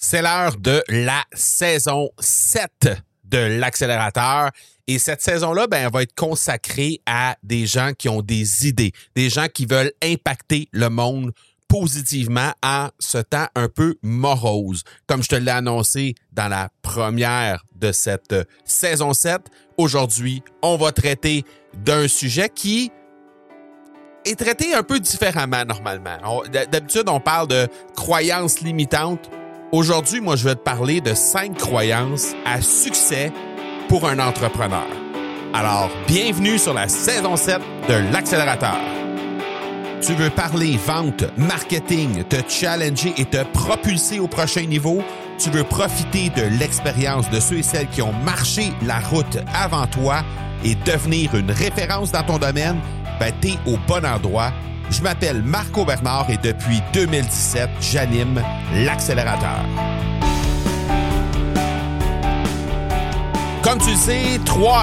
C'est l'heure de la saison 7 de l'accélérateur. Et cette saison-là, elle va être consacrée à des gens qui ont des idées, des gens qui veulent impacter le monde positivement en ce temps un peu morose. Comme je te l'ai annoncé dans la première de cette saison 7, aujourd'hui, on va traiter d'un sujet qui est traité un peu différemment normalement. D'habitude, on parle de croyances limitantes. Aujourd'hui, moi, je vais te parler de 5 croyances à succès pour un entrepreneur. Alors, bienvenue sur la saison 7 de l'accélérateur. Tu veux parler vente, marketing, te challenger et te propulser au prochain niveau? Tu veux profiter de l'expérience de ceux et celles qui ont marché la route avant toi et devenir une référence dans ton domaine? T'es au bon endroit. Je m'appelle Marco Bernard et depuis 2017, j'anime l'accélérateur. Comme tu le sais,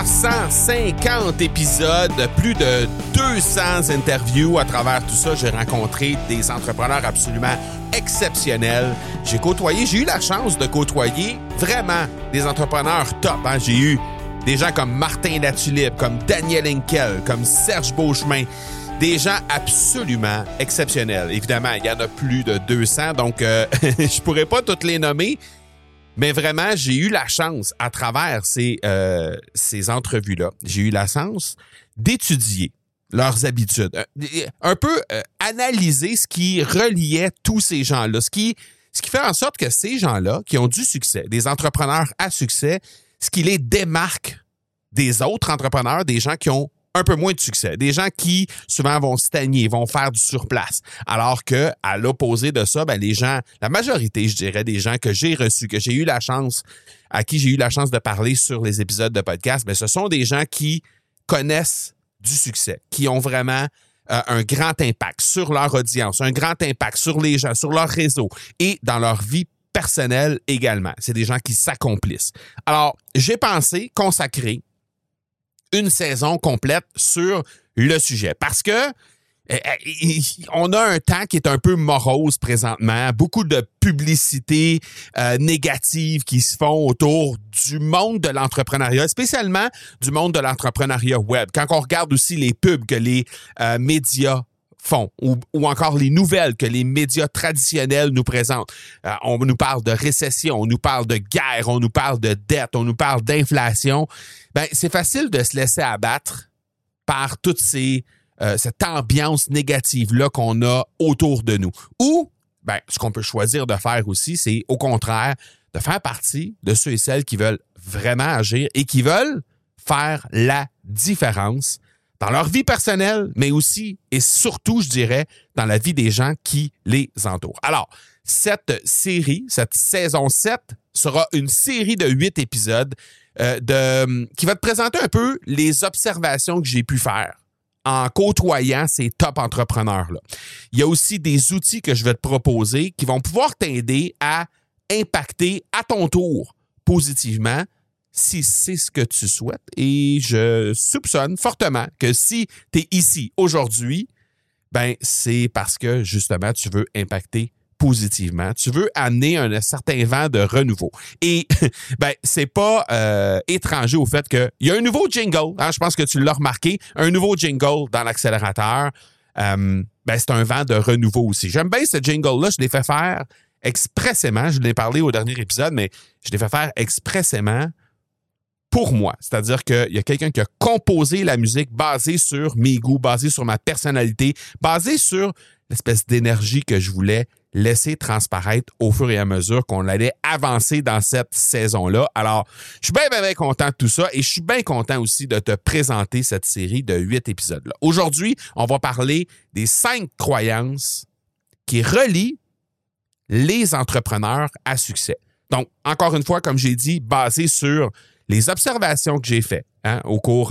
350 épisodes, plus de 200 interviews à travers tout ça. J'ai rencontré des entrepreneurs absolument exceptionnels. J'ai eu la chance de côtoyer vraiment des entrepreneurs top. J'ai eu des gens comme Martin Latulippe, comme Daniel Henkel, comme Serge Beauchemin. Des gens absolument exceptionnels. Évidemment, il y en a plus de 200, donc je pourrais pas toutes les nommer. Mais vraiment, j'ai eu la chance, à travers ces entrevues-là, j'ai eu la chance d'étudier leurs habitudes, un peu analyser ce qui reliait tous ces gens-là, ce qui fait en sorte que ces gens-là, qui ont du succès, des entrepreneurs à succès, ce qui les démarque des autres entrepreneurs, des gens qui ont un peu moins de succès, des gens qui souvent vont stagner, vont faire du surplace. Alors que à l'opposé de ça, les gens, la majorité, je dirais, des gens que j'ai reçus, à qui j'ai eu la chance de parler sur les épisodes de podcast, ce sont des gens qui connaissent du succès, qui ont vraiment un grand impact sur leur audience, un grand impact sur les gens, sur leur réseau et dans leur vie personnelle également. C'est des gens qui s'accomplissent. Alors, j'ai pensé consacrer une saison complète sur le sujet. Parce que on a un temps qui est un peu morose présentement. Beaucoup de publicités négatives qui se font autour du monde de l'entrepreneuriat, spécialement du monde de l'entrepreneuriat web. Quand on regarde aussi les pubs que les médias font ou encore les nouvelles que les médias traditionnels nous présentent. On nous parle de récession, on nous parle de guerre, on nous parle de dette, on nous parle d'inflation. C'est facile de se laisser abattre par toute cette ambiance négative-là qu'on a autour de nous. Ou, ce qu'on peut choisir de faire aussi, c'est au contraire de faire partie de ceux et celles qui veulent vraiment agir et qui veulent faire la différence dans leur vie personnelle, mais aussi et surtout, je dirais, dans la vie des gens qui les entourent. Alors, cette saison 7, sera une série de 8 épisodes qui va te présenter un peu les observations que j'ai pu faire en côtoyant ces top entrepreneurs-là. Il y a aussi des outils que je vais te proposer qui vont pouvoir t'aider à impacter à ton tour positivement si c'est ce que tu souhaites. Et je soupçonne fortement que si tu es ici aujourd'hui, c'est parce que justement tu veux impacter positivement. Tu veux amener un certain vent de renouveau. Et c'est pas étranger au fait qu'il y a un nouveau jingle. Je pense que tu l'as remarqué. Un nouveau jingle dans l'accélérateur. C'est un vent de renouveau aussi. J'aime bien ce jingle-là. Je l'ai fait faire expressément. Je l'ai parlé au dernier épisode, mais je l'ai fait faire expressément pour moi. C'est-à-dire qu'il y a quelqu'un qui a composé la musique basée sur mes goûts, basée sur ma personnalité, basée sur l'espèce d'énergie que je voulais laisser transparaître au fur et à mesure qu'on allait avancer dans cette saison-là. Alors, je suis bien content de tout ça et je suis bien content aussi de te présenter cette série de 8 épisodes-là. Aujourd'hui, on va parler des 5 croyances qui relient les entrepreneurs à succès. Donc, encore une fois, comme j'ai dit, basé sur les observations que j'ai faites au cours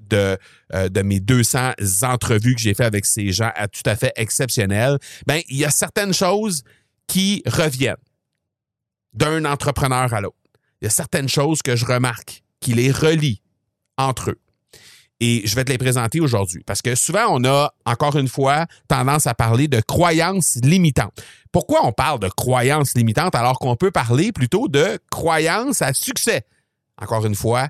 de mes 200 entrevues que j'ai faites avec ces gens tout à fait exceptionnels, il y a certaines choses qui reviennent d'un entrepreneur à l'autre. Il y a certaines choses que je remarque qui les relient entre eux. Et je vais te les présenter aujourd'hui. Parce que souvent, on a, encore une fois, tendance à parler de croyances limitantes. Pourquoi on parle de croyances limitantes alors qu'on peut parler plutôt de croyances à succès? Encore une fois,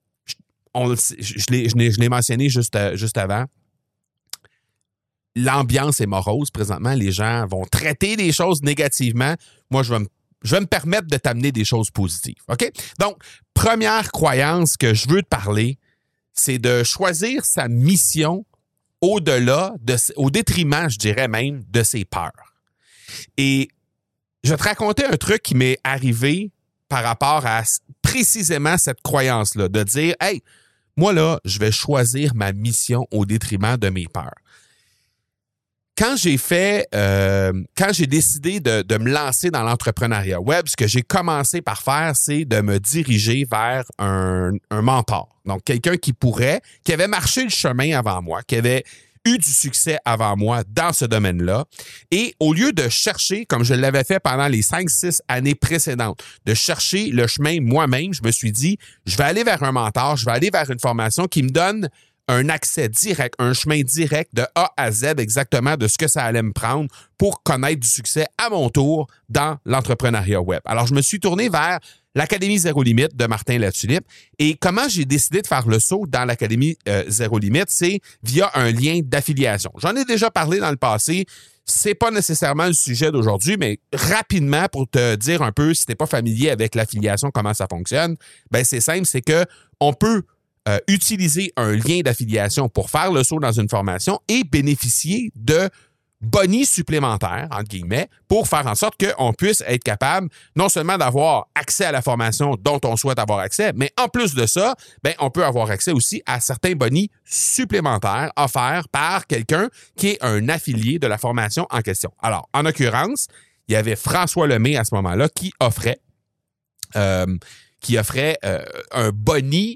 je l'ai mentionné juste avant. L'ambiance est morose présentement. Les gens vont traiter les choses négativement. Moi, je vais me permettre de t'amener des choses positives. OK? Donc, première croyance que je veux te parler, c'est de choisir sa mission au détriment, je dirais même, de ses peurs. Et je vais te raconter un truc qui m'est arrivé par rapport à précisément cette croyance-là, de dire, hey, moi là, je vais choisir ma mission au détriment de mes peurs. Quand j'ai décidé de me lancer dans l'entrepreneuriat web, ce que j'ai commencé par faire, c'est de me diriger vers un mentor. Donc, quelqu'un qui avait marché le chemin avant moi, qui avait eu du succès avant moi dans ce domaine-là. Et au lieu de chercher, comme je l'avais fait pendant les 5-6 années précédentes, de chercher le chemin moi-même, je me suis dit, je vais aller vers un mentor, je vais aller vers une formation qui me donne un accès direct, un chemin direct de A à Z exactement de ce que ça allait me prendre pour connaître du succès à mon tour dans l'entrepreneuriat web. Alors, je me suis tourné vers l'Académie Zéro Limite de Martin Latulippe. Et comment j'ai décidé de faire le saut dans l'Académie Zéro Limite, c'est via un lien d'affiliation. J'en ai déjà parlé dans le passé. C'est pas nécessairement le sujet d'aujourd'hui, mais rapidement, pour te dire un peu, si t'es pas familier avec l'affiliation, comment ça fonctionne, ben c'est simple, c'est que on peut utiliser un lien d'affiliation pour faire le saut dans une formation et bénéficier de bonus supplémentaires, entre guillemets, pour faire en sorte qu'on puisse être capable non seulement d'avoir accès à la formation dont on souhaite avoir accès, mais en plus de ça, ben, on peut avoir accès aussi à certains bonus supplémentaires offerts par quelqu'un qui est un affilié de la formation en question. Alors, en l'occurrence, il y avait François Lemay à ce moment-là qui offrait un boni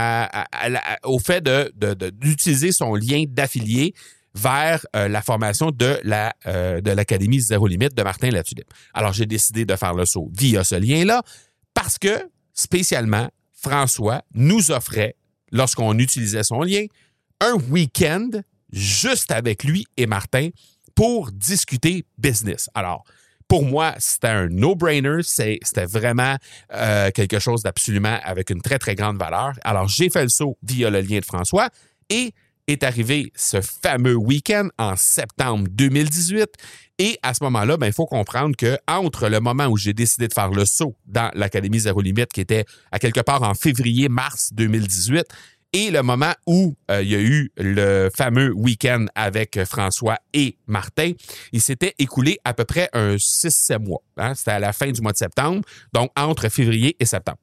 au fait d'utiliser son lien d'affilié vers la formation de l'Académie Zéro Limite de Martin Latulippe. Alors, j'ai décidé de faire le saut via ce lien-là parce que, spécialement, François nous offrait, lorsqu'on utilisait son lien, un week-end juste avec lui et Martin pour discuter business. Alors, pour moi, c'était un no-brainer. C'était vraiment quelque chose d'absolument avec une très, très grande valeur. Alors, j'ai fait le saut via le lien de François et est arrivé ce fameux week-end en septembre 2018. Et à ce moment-là, ben, il faut comprendre qu'entre le moment où j'ai décidé de faire le saut dans l'Académie Zéro Limite, qui était à quelque part en février-mars 2018, et le moment où il y a eu le fameux week-end avec François et Martin, il s'était écoulé à peu près un 6-7 mois. Hein? C'était à la fin du mois de septembre, donc entre février et septembre.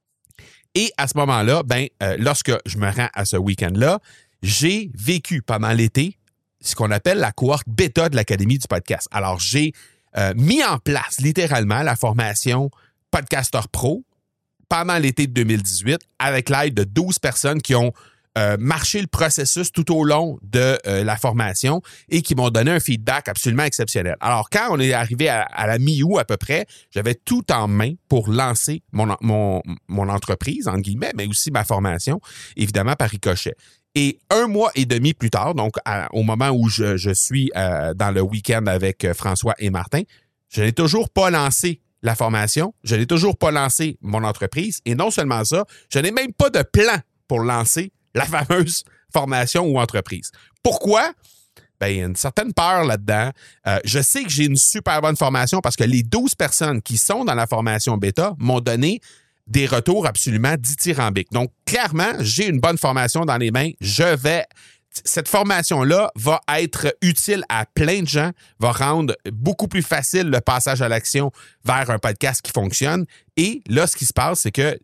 Et à ce moment-là, ben, lorsque je me rends à ce week-end-là, j'ai vécu pendant l'été ce qu'on appelle la cohorte bêta de l'Académie du podcast. Alors, j'ai mis en place littéralement la formation Podcaster Pro pendant l'été de 2018 avec l'aide de 12 personnes qui ont marché le processus tout au long de la formation et qui m'ont donné un feedback absolument exceptionnel. Alors, quand on est arrivé à la mi-août à peu près, j'avais tout en main pour lancer mon entreprise, entre guillemets, mais aussi ma formation, évidemment par ricochet. Et 1 mois et demi plus tard, donc au moment où je suis dans le week-end avec François et Martin, je n'ai toujours pas lancé la formation, je n'ai toujours pas lancé mon entreprise et non seulement ça, je n'ai même pas de plan pour lancer la fameuse formation ou entreprise. Pourquoi? Ben, il y a une certaine peur là-dedans. Je sais que j'ai une super bonne formation parce que les 12 personnes qui sont dans la formation bêta m'ont donné des retours absolument dithyrambiques. Donc, clairement, j'ai une bonne formation dans les mains. Cette formation-là va être utile à plein de gens, va rendre beaucoup plus facile le passage à l'action vers un podcast qui fonctionne. Et là, ce qui se passe, c'est que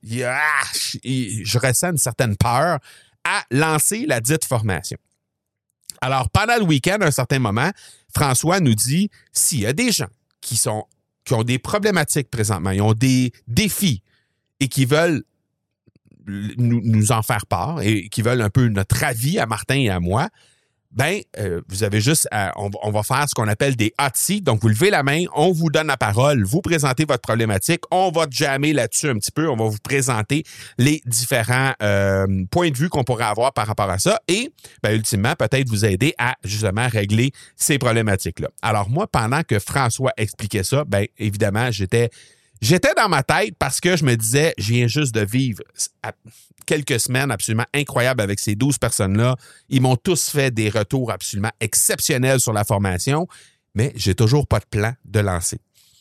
je ressens une certaine peur à lancer la dite formation. Alors, pendant le week-end, à un certain moment, François nous dit, s'il y a des gens qui ont des problématiques présentement, ils ont des défis et qui veulent nous en faire part et qui veulent un peu notre avis à Martin et à moi, vous avez juste, on va faire ce qu'on appelle des hot seats. Donc, vous levez la main, on vous donne la parole, vous présentez votre problématique, on va jammer là-dessus un petit peu, on va vous présenter les différents points de vue qu'on pourrait avoir par rapport à ça et, ultimement, peut-être vous aider à, justement, régler ces problématiques-là. Alors, moi, pendant que François expliquait ça, évidemment, j'étais dans ma tête parce que je me disais, je viens juste de vivre quelques semaines absolument incroyables avec ces 12 personnes-là. Ils m'ont tous fait des retours absolument exceptionnels sur la formation, mais j'ai toujours pas de plan de lancer.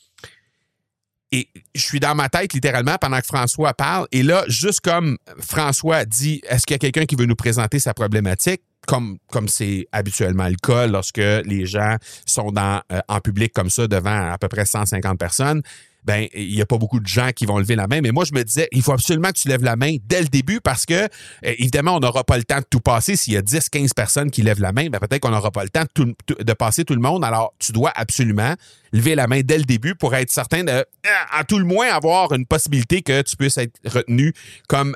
Et je suis dans ma tête littéralement pendant que François parle. Et là, juste comme François dit, est-ce qu'il y a quelqu'un qui veut nous présenter sa problématique? Comme c'est habituellement le cas lorsque les gens sont en public comme ça devant à peu près 150 personnes, il n'y a pas beaucoup de gens qui vont lever la main. Mais moi, je me disais, il faut absolument que tu lèves la main dès le début parce que, évidemment, on n'aura pas le temps de tout passer. S'il y a 10, 15 personnes qui lèvent la main, peut-être qu'on n'aura pas le temps de passer tout le monde. Alors, tu dois absolument lever la main dès le début pour être certain de, à tout le moins, avoir une possibilité que tu puisses être retenu comme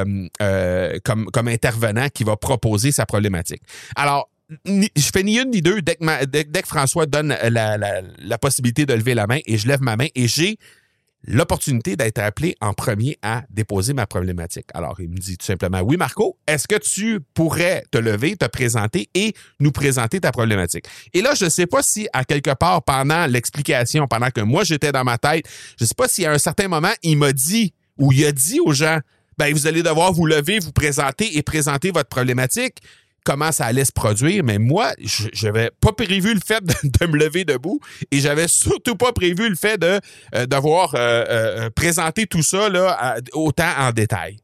intervenant qui va proposer sa problématique. Alors, je fais ni une ni deux dès que François donne la possibilité de lever la main et je lève ma main et j'ai l'opportunité d'être appelé en premier à déposer ma problématique. Alors, il me dit tout simplement, oui, Marco, est-ce que tu pourrais te lever, te présenter et nous présenter ta problématique? Et là, je ne sais pas si à quelque part pendant l'explication, pendant que moi j'étais dans ma tête, je ne sais pas si à un certain moment, il m'a dit ou il a dit aux gens, vous allez devoir vous lever, vous présenter et présenter votre problématique. Comment ça allait se produire, mais moi, je n'avais pas prévu le fait de me lever debout et j'avais surtout pas prévu le fait de devoir présenter tout ça là, autant en détail.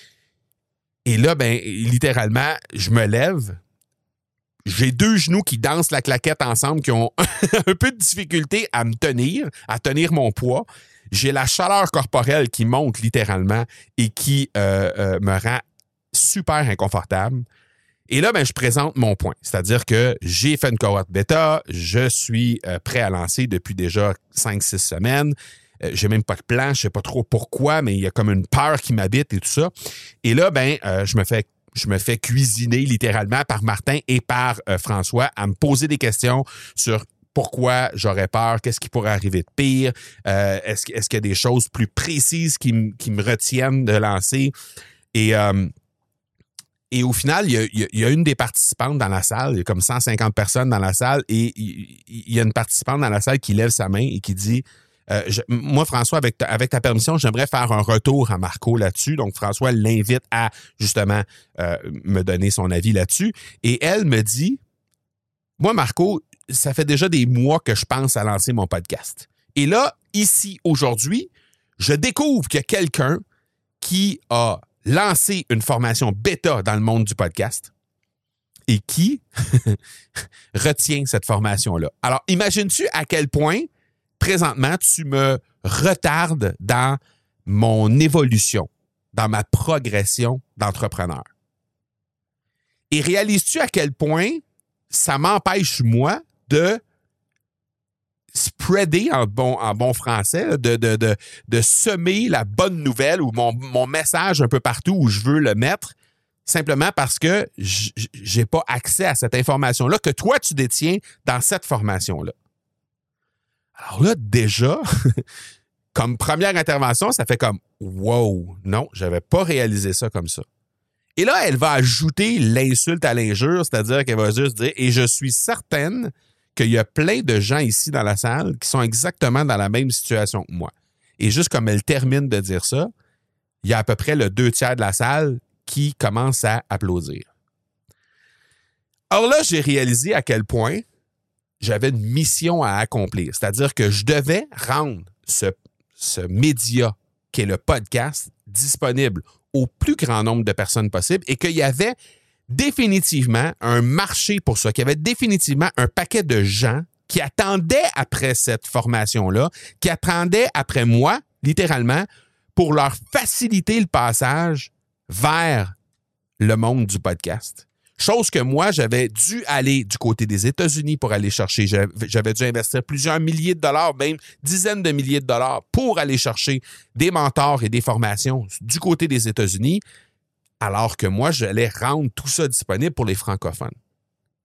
Et là, littéralement, je me lève. J'ai 2 genoux qui dansent la claquette ensemble, qui ont un peu de difficulté à me tenir, à tenir mon poids. J'ai la chaleur corporelle qui monte littéralement et qui me rend super inconfortable. Et là, je présente mon point. C'est-à-dire que j'ai fait une cohorte bêta, je suis prêt à lancer depuis déjà 5-6 semaines. J'ai même pas de plan, je sais pas trop pourquoi, mais il y a comme une peur qui m'habite et tout ça. Et là, je me fais cuisiner littéralement par Martin et par François à me poser des questions sur pourquoi j'aurais peur, qu'est-ce qui pourrait arriver de pire, est-ce qu'il y a des choses plus précises qui me retiennent de lancer. Et au final, il y a une des participantes dans la salle, il y a comme 150 personnes dans la salle, et il y a une participante dans la salle qui lève sa main et qui dit moi, François, avec ta permission, j'aimerais faire un retour à Marco là-dessus. Donc, François l'invite à, justement, me donner son avis là-dessus. Et elle me dit, moi, Marco, ça fait déjà des mois que je pense à lancer mon podcast. Et là, ici, aujourd'hui, je découvre qu'il y a quelqu'un qui a lancé une formation bêta dans le monde du podcast et qui retient cette formation-là. Alors, imagines-tu à quel point, présentement, tu me retardes dans mon évolution, dans ma progression d'entrepreneur? Et réalises-tu à quel point ça m'empêche, moi, de spreader en bon français, de semer la bonne nouvelle ou mon message un peu partout où je veux le mettre, simplement parce que j'ai pas accès à cette information-là que toi, tu détiens dans cette formation-là. Alors là, déjà, comme première intervention, ça fait comme « wow, non, j'avais pas réalisé ça comme ça ». Et là, elle va ajouter l'insulte à l'injure, c'est-à-dire qu'elle va juste dire « et je suis certaine qu'il y a plein de gens ici dans la salle qui sont exactement dans la même situation que moi. » Et juste comme elle termine de dire ça, il y a à peu près le 2/3 de la salle qui commence à applaudir. Alors là, j'ai réalisé à quel point j'avais une mission à accomplir. C'est-à-dire que je devais rendre ce média qu'est le podcast disponible au plus grand nombre de personnes possible et qu'il y avait définitivement un marché pour ça, qu'il y avait définitivement un paquet de gens qui attendaient après cette formation-là, qui attendaient après moi, littéralement, pour leur faciliter le passage vers le monde du podcast. Chose que moi, j'avais dû aller du côté des États-Unis pour aller chercher. J'avais dû investir plusieurs milliers de dollars, même dizaines de milliers de dollars pour aller chercher des mentors et des formations du côté des États-Unis, alors que moi, j'allais rendre tout ça disponible pour les francophones.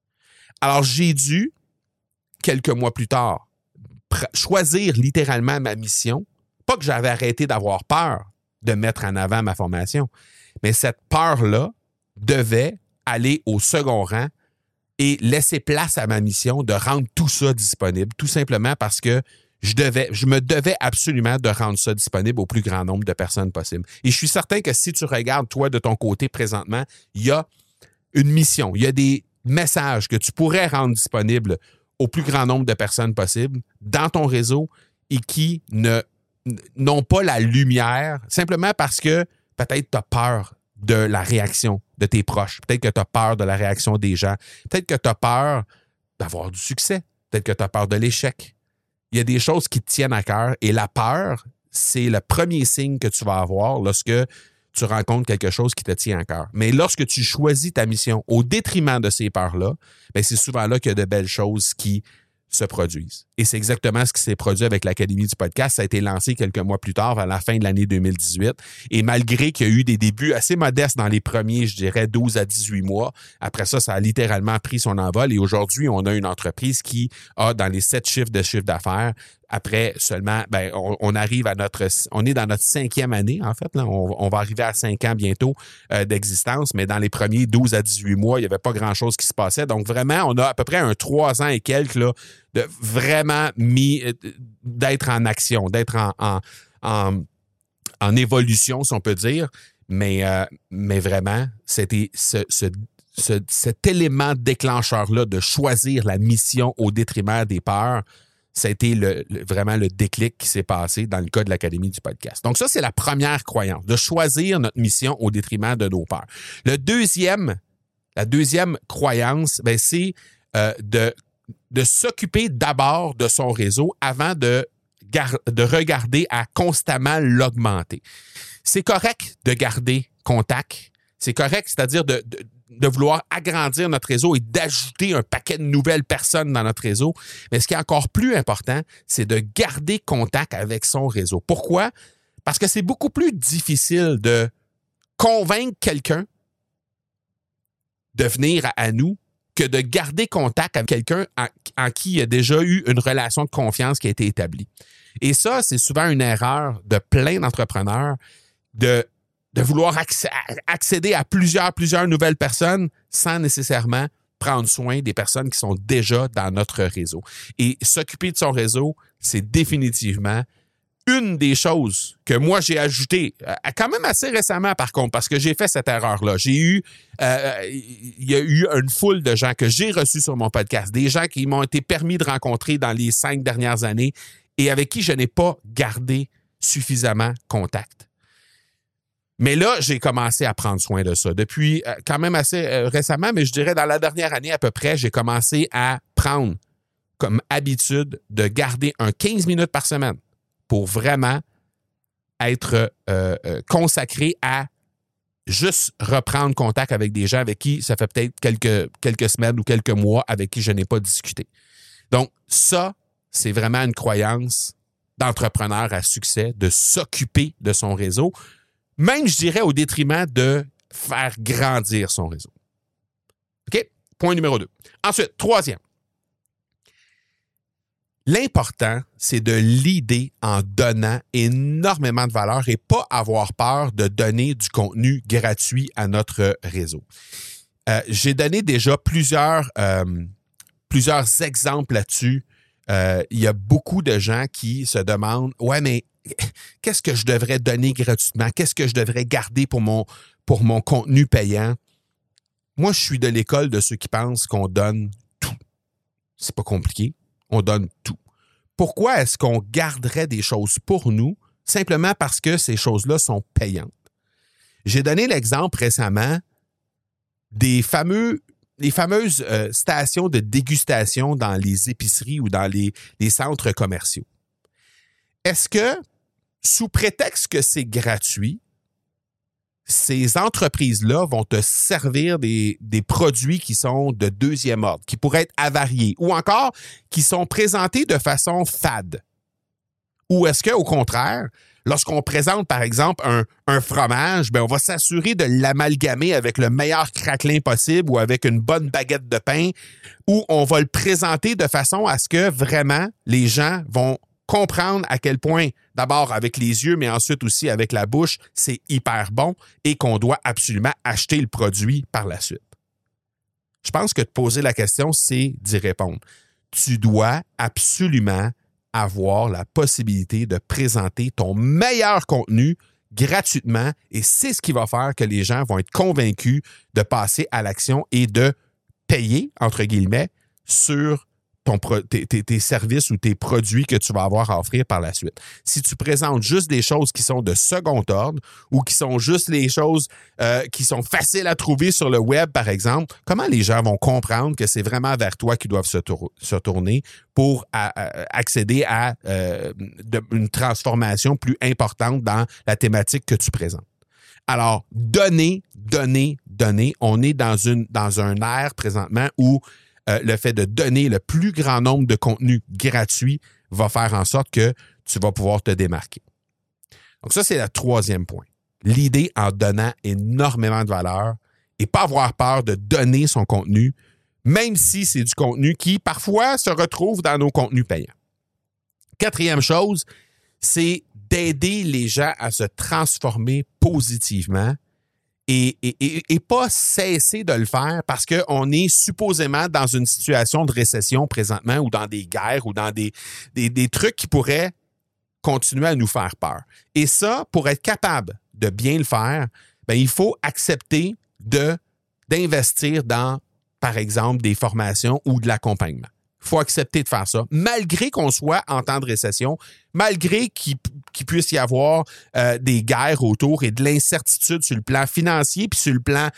Alors, j'ai dû, quelques mois plus tard, choisir littéralement ma mission. Pas que j'avais arrêté d'avoir peur de mettre en avant ma formation, mais cette peur-là devait aller au second rang et laisser place à ma mission de rendre tout ça disponible, tout simplement parce que je me devais absolument de rendre ça disponible au plus grand nombre de personnes possible. Et je suis certain que si tu regardes, toi, de ton côté présentement, il y a une mission, il y a des messages que tu pourrais rendre disponibles au plus grand nombre de personnes possible dans ton réseau et qui n'ont pas la lumière simplement parce que peut-être tu as peur de la réaction de tes proches. Peut-être que tu as peur de la réaction des gens. Peut-être que tu as peur d'avoir du succès. Peut-être que tu as peur de l'échec. Il y a des choses qui te tiennent à cœur et la peur, c'est le premier signe que tu vas avoir lorsque tu rencontres quelque chose qui te tient à cœur. Mais lorsque tu choisis ta mission au détriment de ces peurs-là, bien, c'est souvent là qu'il y a de belles choses qui se produisent. Et c'est exactement ce qui s'est produit avec l'Académie du podcast. Ça a été lancé quelques mois plus tard, vers la fin de l'année 2018. Et malgré qu'il y a eu des débuts assez modestes dans les premiers, je dirais, 12 à 18 mois, après ça, ça a littéralement pris son envol. Et aujourd'hui, on a une entreprise qui a dans les 7 chiffres de chiffre d'affaires. Après seulement, ben, on arrive à on est dans notre 5e année, en fait. Là. On va arriver à 5 ans bientôt d'existence, mais dans les premiers 12 à 18 mois, il n'y avait pas grand-chose qui se passait. Donc, vraiment, on a à peu près 3 ans et quelques là, de vraiment d'être en action, d'être en évolution, si on peut dire. Mais vraiment, c'était cet élément déclencheur-là de choisir la mission au détriment des peurs. Ça a été vraiment le déclic qui s'est passé dans le cas de l'Académie du podcast. Donc ça, c'est la première croyance, de choisir notre mission au détriment de nos peurs. La deuxième croyance, ben, c'est de s'occuper d'abord de son réseau avant de regarder à constamment l'augmenter. C'est correct de garder contact. C'est correct, c'est-à-dire de vouloir agrandir notre réseau et d'ajouter un paquet de nouvelles personnes dans notre réseau. Mais ce qui est encore plus important, c'est de garder contact avec son réseau. Pourquoi? Parce que c'est beaucoup plus difficile de convaincre quelqu'un de venir à nous que de garder contact avec quelqu'un en qui il y a déjà eu une relation de confiance qui a été établie. Et ça, c'est souvent une erreur de plein d'entrepreneurs de vouloir accéder à plusieurs nouvelles personnes sans nécessairement prendre soin des personnes qui sont déjà dans notre réseau. Et s'occuper de son réseau, c'est définitivement une des choses que moi, j'ai ajoutées quand même assez récemment, par contre, parce que j'ai fait cette erreur-là. Il y a eu une foule de gens que j'ai reçus sur mon podcast, des gens qui m'ont été permis de rencontrer dans les 5 dernières années et avec qui je n'ai pas gardé suffisamment contact. Mais là, j'ai commencé à prendre soin de ça. Depuis quand même assez récemment, mais je dirais dans la dernière année à peu près, j'ai commencé à prendre comme habitude de garder un 15 minutes par semaine pour vraiment être consacré à juste reprendre contact avec des gens avec qui ça fait peut-être quelques semaines ou quelques mois avec qui je n'ai pas discuté. Donc ça, c'est vraiment une croyance d'entrepreneur à succès, de s'occuper de son réseau, même, je dirais, au détriment de faire grandir son réseau. OK? Point numéro 2. Ensuite, troisième. L'important, c'est de leader en donnant énormément de valeur et pas avoir peur de donner du contenu gratuit à notre réseau. J'ai donné déjà plusieurs exemples là-dessus. Il y a beaucoup de gens qui se demandent « Ouais, mais qu'est-ce que je devrais donner gratuitement? Qu'est-ce que je devrais garder pour mon contenu payant? » Moi, je suis de l'école de ceux qui pensent qu'on donne tout. C'est pas compliqué. On donne tout. Pourquoi est-ce qu'on garderait des choses pour nous simplement parce que ces choses-là sont payantes? J'ai donné l'exemple récemment des fameuses stations de dégustation dans les épiceries ou dans les centres commerciaux. Est-ce que, sous prétexte que c'est gratuit, ces entreprises-là vont te servir des produits qui sont de deuxième ordre, qui pourraient être avariés, ou encore qui sont présentés de façon fade? Ou est-ce qu'au contraire, Lorsqu'on présente, par exemple, un fromage, ben on va s'assurer de l'amalgamer avec le meilleur craquelin possible ou avec une bonne baguette de pain, ou on va le présenter de façon à ce que vraiment les gens vont comprendre à quel point, d'abord avec les yeux, mais ensuite aussi avec la bouche, c'est hyper bon et qu'on doit absolument acheter le produit par la suite. Je pense que de poser la question, c'est d'y répondre. Tu dois absolument avoir la possibilité de présenter ton meilleur contenu gratuitement et c'est ce qui va faire que les gens vont être convaincus de passer à l'action et de payer, entre guillemets, sur tes services ou tes produits que tu vas avoir à offrir par la suite. Si tu présentes juste des choses qui sont de second ordre ou qui sont juste les choses qui sont faciles à trouver sur le web, par exemple, comment les gens vont comprendre que c'est vraiment vers toi qu'ils doivent se tourner pour accéder à une transformation plus importante dans la thématique que tu présentes? Alors, donner. On est dans un ère présentement où le fait de donner le plus grand nombre de contenus gratuits va faire en sorte que tu vas pouvoir te démarquer. Donc ça, c'est le troisième point. L'idée en donnant énormément de valeur et pas avoir peur de donner son contenu, même si c'est du contenu qui, parfois, se retrouve dans nos contenus payants. Quatrième chose, c'est d'aider les gens à se transformer positivement et pas cesser de le faire parce qu'on est supposément dans une situation de récession présentement ou dans des guerres ou dans des trucs qui pourraient continuer à nous faire peur. Et ça, pour être capable de bien le faire, ben, il faut accepter d'investir dans, par exemple, des formations ou de l'accompagnement. Il faut accepter de faire ça, malgré qu'on soit en temps de récession, malgré qu'il puisse y avoir des guerres autour et de l'incertitude sur le plan financier puis sur le plan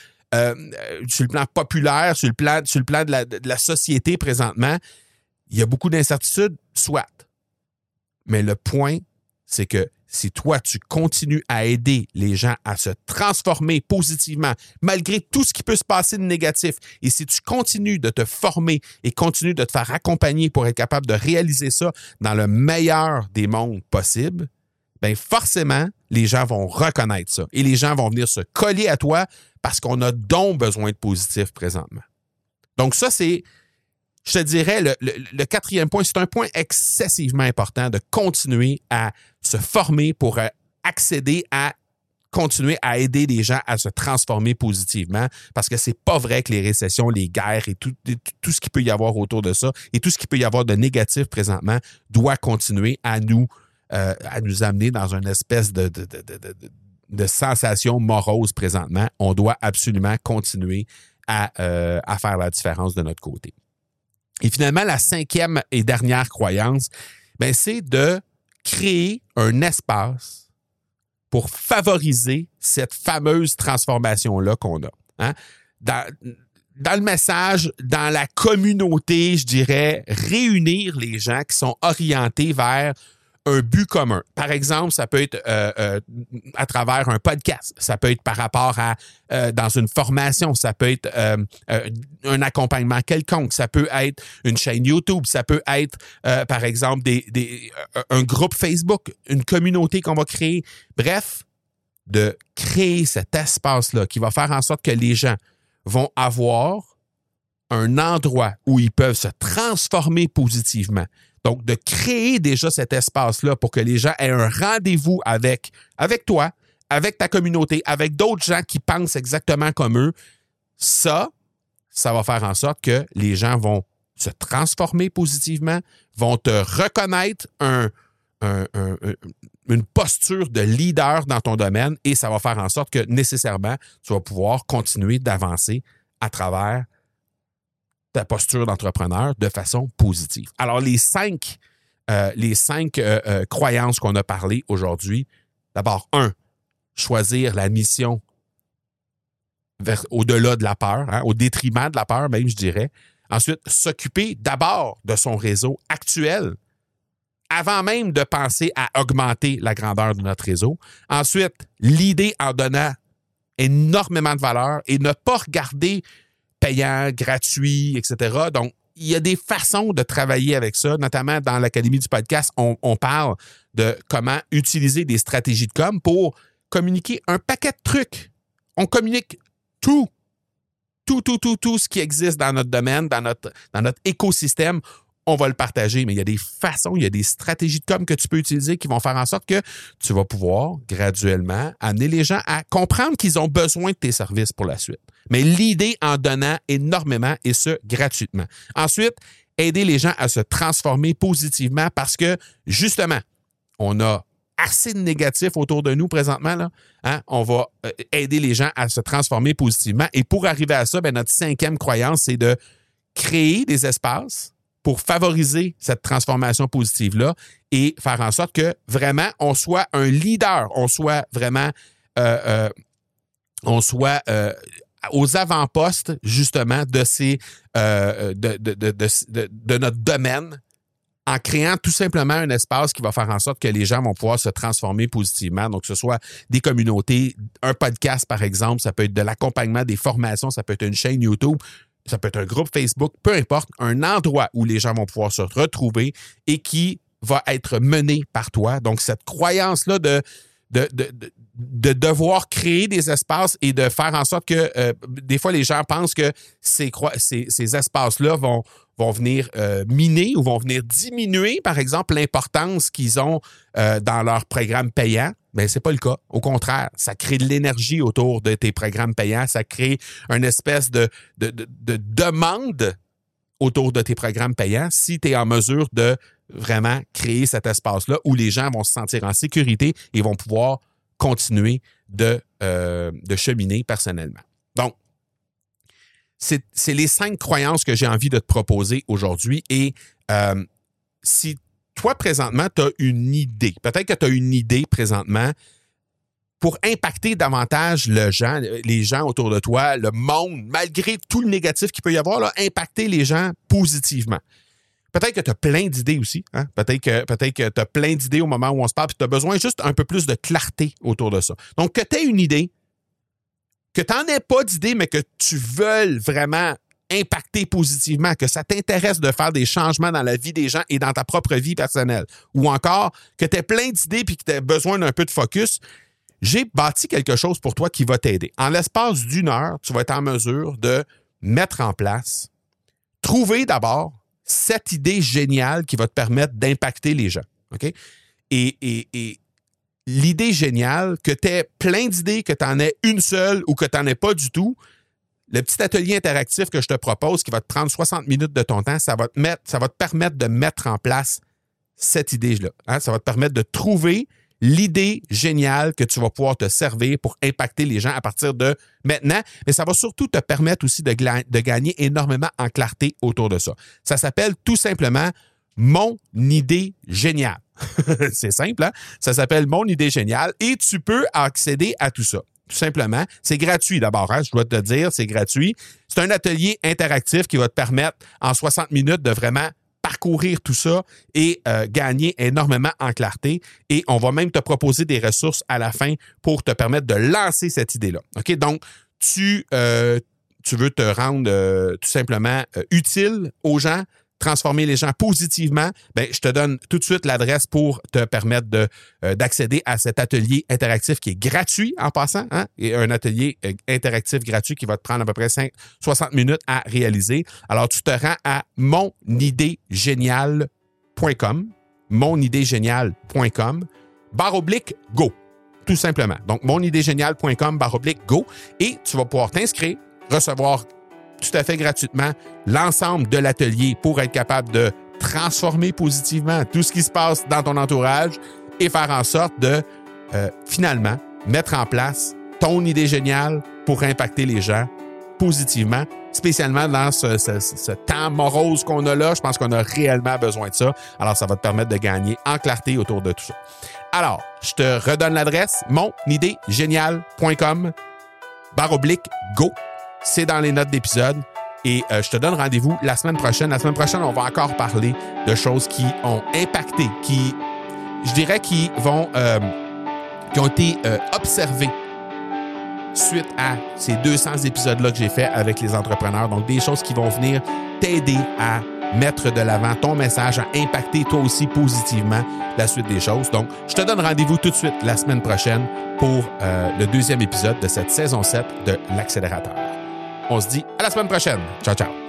populaire, sur le plan de la société présentement. Il y a beaucoup d'incertitudes, soit. Mais le point, c'est que si toi, tu continues à aider les gens à se transformer positivement, malgré tout ce qui peut se passer de négatif, et si tu continues de te former et continues de te faire accompagner pour être capable de réaliser ça dans le meilleur des mondes possibles, bien forcément, les gens vont reconnaître ça et les gens vont venir se coller à toi parce qu'on a donc besoin de positif présentement. Donc ça, c'est, je te dirais, le quatrième point, c'est un point excessivement important de continuer à se former pour accéder à continuer à aider les gens à se transformer positivement parce que c'est pas vrai que les récessions, les guerres et tout ce qu'il peut y avoir autour de ça et tout ce qu'il peut y avoir de négatif présentement doit continuer à nous amener dans une espèce de sensation morose présentement. On doit absolument continuer à faire la différence de notre côté. Et finalement, la cinquième et dernière croyance, ben, c'est de créer un espace pour favoriser cette fameuse transformation-là qu'on a. Hein? Dans le message, dans la communauté, je dirais, réunir les gens qui sont orientés vers un but commun. Par exemple, ça peut être à travers un podcast, ça peut être par rapport à dans une formation, ça peut être un accompagnement quelconque, ça peut être une chaîne YouTube, ça peut être par exemple un groupe Facebook, une communauté qu'on va créer. Bref, de créer cet espace-là qui va faire en sorte que les gens vont avoir un endroit où ils peuvent se transformer positivement. Donc, de créer déjà cet espace-là pour que les gens aient un rendez-vous avec toi, avec ta communauté, avec d'autres gens qui pensent exactement comme eux, ça va faire en sorte que les gens vont se transformer positivement, vont te reconnaître une posture de leader dans ton domaine et ça va faire en sorte que nécessairement, tu vas pouvoir continuer d'avancer à travers ta posture d'entrepreneur de façon positive. Alors, les cinq croyances qu'on a parlé aujourd'hui, d'abord, 1, choisir la mission au-delà de la peur, hein, au détriment de la peur même, je dirais. Ensuite, s'occuper d'abord de son réseau actuel avant même de penser à augmenter la grandeur de notre réseau. Ensuite, l'idée en donnant énormément de valeur et ne pas regarder payant, gratuit, etc. Donc, il y a des façons de travailler avec ça, notamment dans l'Académie du podcast, on parle de comment utiliser des stratégies de com pour communiquer un paquet de trucs. On communique tout ce qui existe dans notre domaine, dans notre écosystème. On va le partager, mais il y a des façons, il y a des stratégies de com que tu peux utiliser qui vont faire en sorte que tu vas pouvoir graduellement amener les gens à comprendre qu'ils ont besoin de tes services pour la suite. Mais l'idée en donnant énormément et ce, gratuitement. Ensuite, aider les gens à se transformer positivement parce que, justement, on a assez de négatifs autour de nous présentement. Là, hein? On va aider les gens à se transformer positivement. Et pour arriver à ça, notre 5e croyance, c'est de créer des espaces pour favoriser cette transformation positive-là et faire en sorte que vraiment on soit un leader, on soit vraiment aux avant-postes justement de notre domaine en créant tout simplement un espace qui va faire en sorte que les gens vont pouvoir se transformer positivement. Donc, que ce soit des communautés, un podcast par exemple, ça peut être de l'accompagnement, des formations, ça peut être une chaîne YouTube, ça peut être un groupe Facebook, peu importe, un endroit où les gens vont pouvoir se retrouver et qui va être mené par toi. Donc, cette croyance-là de devoir créer des espaces et de faire en sorte que des fois, les gens pensent que ces espaces-là vont venir miner ou vont venir diminuer, par exemple, l'importance qu'ils ont dans leur programme payant. Bien, c'est pas le cas. Au contraire, ça crée de l'énergie autour de tes programmes payants. Ça crée une espèce de demande autour de tes programmes payants si tu es en mesure de vraiment créer cet espace-là où les gens vont se sentir en sécurité et vont pouvoir continuer de cheminer personnellement. Donc, c'est les 5 croyances que j'ai envie de te proposer aujourd'hui. Et si toi, présentement, tu as une idée, peut-être que tu as une idée présentement pour impacter davantage les gens autour de toi, le monde, malgré tout le négatif qu'il peut y avoir, là, impacter les gens positivement. Peut-être que tu as plein d'idées aussi. Hein? Peut-être que tu as plein d'idées au moment où on se parle, puis tu as besoin juste un peu plus de clarté autour de ça. Donc, que tu aies une idée, que tu n'en aies pas d'idée, mais que tu veuilles vraiment impacter positivement, que ça t'intéresse de faire des changements dans la vie des gens et dans ta propre vie personnelle. Ou encore, que tu aies plein d'idées et que tu aies besoin d'un peu de focus, j'ai bâti quelque chose pour toi qui va t'aider. En l'espace d'1 heure, tu vas être en mesure de mettre en place, trouver d'abord cette idée géniale qui va te permettre d'impacter les gens. OK? Et l'idée géniale, que tu aies plein d'idées, que tu en aies une seule ou que tu n'en aies pas du tout, le petit atelier interactif que je te propose, qui va te prendre 60 minutes de ton temps, ça va te permettre de mettre en place cette idée-là. Hein? Ça va te permettre de trouver l'idée géniale que tu vas pouvoir te servir pour impacter les gens à partir de maintenant. Mais ça va surtout te permettre aussi de gagner énormément en clarté autour de ça. Ça s'appelle tout simplement « Mon idée géniale ». C'est simple, hein? Ça s'appelle « Mon idée géniale » et tu peux accéder à tout ça. Tout simplement. C'est gratuit d'abord, hein? Je dois te dire, c'est gratuit. C'est un atelier interactif qui va te permettre en 60 minutes de vraiment parcourir tout ça et gagner énormément en clarté. Et on va même te proposer des ressources à la fin pour te permettre de lancer cette idée-là. OK? Donc, tu veux te rendre tout simplement utile aux gens, transformer les gens positivement, bien, je te donne tout de suite l'adresse pour te permettre d'accéder à cet atelier interactif qui est gratuit en passant, hein? Et un atelier interactif gratuit qui va te prendre à peu près 60 minutes à réaliser. Alors, tu te rends à monidéegéniale.com, monidéegéniale.com/go, tout simplement. Donc, monidéegéniale.com/go et tu vas pouvoir t'inscrire, recevoir tout à fait gratuitement l'ensemble de l'atelier pour être capable de transformer positivement tout ce qui se passe dans ton entourage et faire en sorte de finalement mettre en place ton idée géniale pour impacter les gens positivement, spécialement dans ce temps morose qu'on a là. Je pense qu'on a réellement besoin de ça. Alors, ça va te permettre de gagner en clarté autour de tout ça. Alors, je te redonne l'adresse, monidéegéniale.com/go. C'est dans les notes d'épisode et je te donne rendez-vous la semaine prochaine. La semaine prochaine, on va encore parler de choses qui ont impacté, qui ont été observées suite à ces 200 épisodes-là que j'ai fait avec les entrepreneurs. Donc, des choses qui vont venir t'aider à mettre de l'avant ton message, à impacter toi aussi positivement la suite des choses. Donc, je te donne rendez-vous tout de suite la semaine prochaine pour le 2e épisode de cette saison 7 de l'Accélérateur. On se dit à la semaine prochaine. Ciao, ciao.